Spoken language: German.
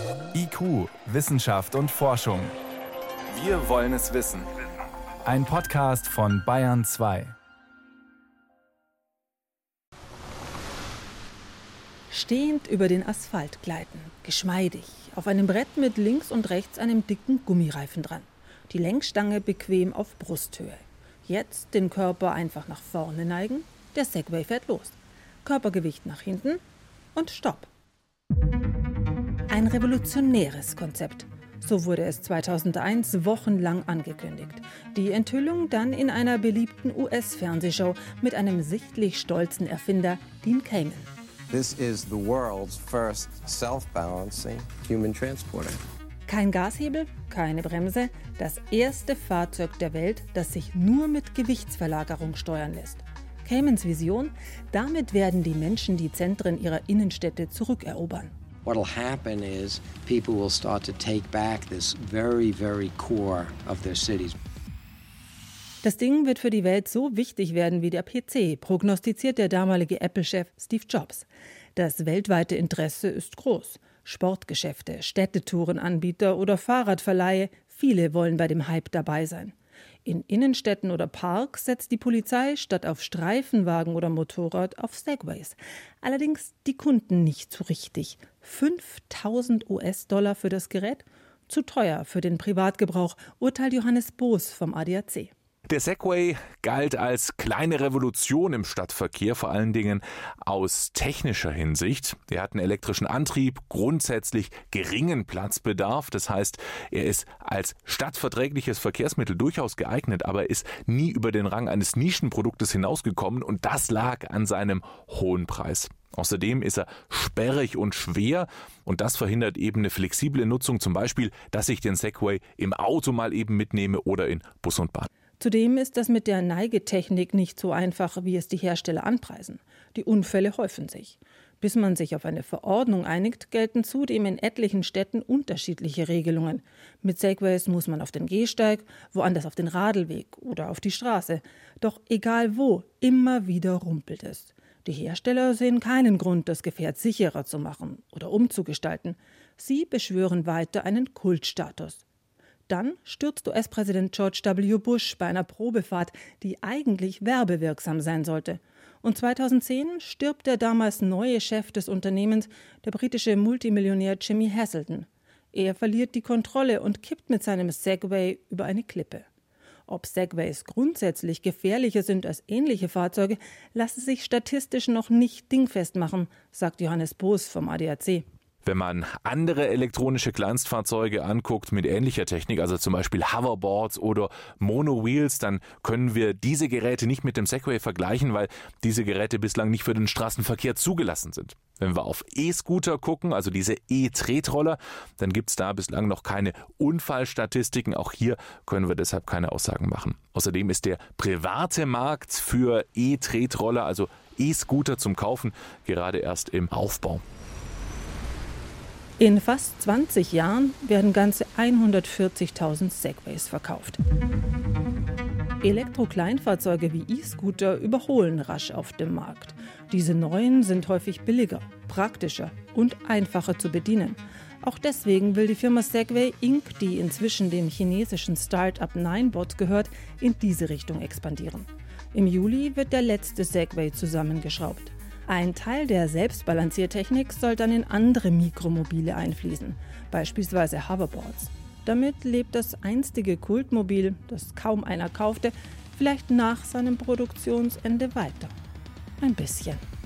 IQ, Wissenschaft und Forschung. Wir wollen es wissen. Ein Podcast von Bayern 2. Stehend über den Asphalt gleiten, geschmeidig, auf einem Brett mit links und rechts einem dicken Gummireifen dran. Die Lenkstange bequem auf Brusthöhe. Jetzt den Körper einfach nach vorne neigen, der Segway fährt los. Körpergewicht nach hinten und Stopp. Ein revolutionäres Konzept. So wurde es 2001 wochenlang angekündigt. Die Enthüllung dann in einer beliebten US-Fernsehshow mit einem sichtlich stolzen Erfinder, Dean Kamen. This is the world's first self-balancing human transporter. Kein Gashebel, keine Bremse, das erste Fahrzeug der Welt, das sich nur mit Gewichtsverlagerung steuern lässt. Kamens Vision: Damit werden die Menschen die Zentren ihrer Innenstädte zurückerobern. What will happen is people will start to take back this very, very core of their cities. Das Ding wird für die Welt so wichtig werden wie der PC, prognostiziert der damalige Apple-Chef Steve Jobs. Das weltweite Interesse ist groß. Sportgeschäfte, Städtetourenanbieter oder Fahrradverleihe, viele wollen bei dem Hype dabei sein. In Innenstädten oder Parks setzt die Polizei statt auf Streifenwagen oder Motorrad auf Segways. Allerdings die Kunden nicht so richtig. 5.000 US-Dollar für das Gerät? Zu teuer für den Privatgebrauch, urteilt Johannes Boos vom ADAC. Der Segway galt als kleine Revolution im Stadtverkehr, vor allen Dingen aus technischer Hinsicht. Er hat einen elektrischen Antrieb, grundsätzlich geringen Platzbedarf. Das heißt, er ist als stadtverträgliches Verkehrsmittel durchaus geeignet, aber ist nie über den Rang eines Nischenproduktes hinausgekommen und das lag an seinem hohen Preis. Außerdem ist er sperrig und schwer und das verhindert eben eine flexible Nutzung, zum Beispiel, dass ich den Segway im Auto mal eben mitnehme oder in Bus und Bahn. Zudem ist das mit der Neigetechnik nicht so einfach, wie es die Hersteller anpreisen. Die Unfälle häufen sich. Bis man sich auf eine Verordnung einigt, gelten zudem in etlichen Städten unterschiedliche Regelungen. Mit Segways muss man auf den Gehsteig, woanders auf den Radlweg oder auf die Straße. Doch egal wo, immer wieder rumpelt es. Die Hersteller sehen keinen Grund, das Gefährt sicherer zu machen oder umzugestalten. Sie beschwören weiter einen Kultstatus. Dann stürzt US-Präsident George W. Bush bei einer Probefahrt, die eigentlich werbewirksam sein sollte. Und 2010 stirbt der damals neue Chef des Unternehmens, der britische Multimillionär Jimmy Haselden. Er verliert die Kontrolle und kippt mit seinem Segway über eine Klippe. Ob Segways grundsätzlich gefährlicher sind als ähnliche Fahrzeuge, lasse sich statistisch noch nicht dingfest machen, sagt Johannes Boos vom ADAC. Wenn man andere elektronische Kleinstfahrzeuge anguckt mit ähnlicher Technik, also zum Beispiel Hoverboards oder Monowheels, dann können wir diese Geräte nicht mit dem Segway vergleichen, weil diese Geräte bislang nicht für den Straßenverkehr zugelassen sind. Wenn wir auf E-Scooter gucken, also diese E-Tretroller, dann gibt es da bislang noch keine Unfallstatistiken. Auch hier können wir deshalb keine Aussagen machen. Außerdem ist der private Markt für E-Tretroller, also E-Scooter zum Kaufen, gerade erst im Aufbau. In fast 20 Jahren werden ganze 140.000 Segways verkauft. Elektrokleinfahrzeuge wie E-Scooter überholen rasch auf dem Markt. Diese neuen sind häufig billiger, praktischer und einfacher zu bedienen. Auch deswegen will die Firma Segway Inc., die inzwischen dem chinesischen Start-up Ninebot gehört, in diese Richtung expandieren. Im Juli wird der letzte Segway zusammengeschraubt. Ein Teil der Selbstbalanciertechnik soll dann in andere Mikromobile einfließen, beispielsweise Hoverboards. Damit lebt das einstige Kultmobil, das kaum einer kaufte, vielleicht nach seinem Produktionsende weiter. Ein bisschen.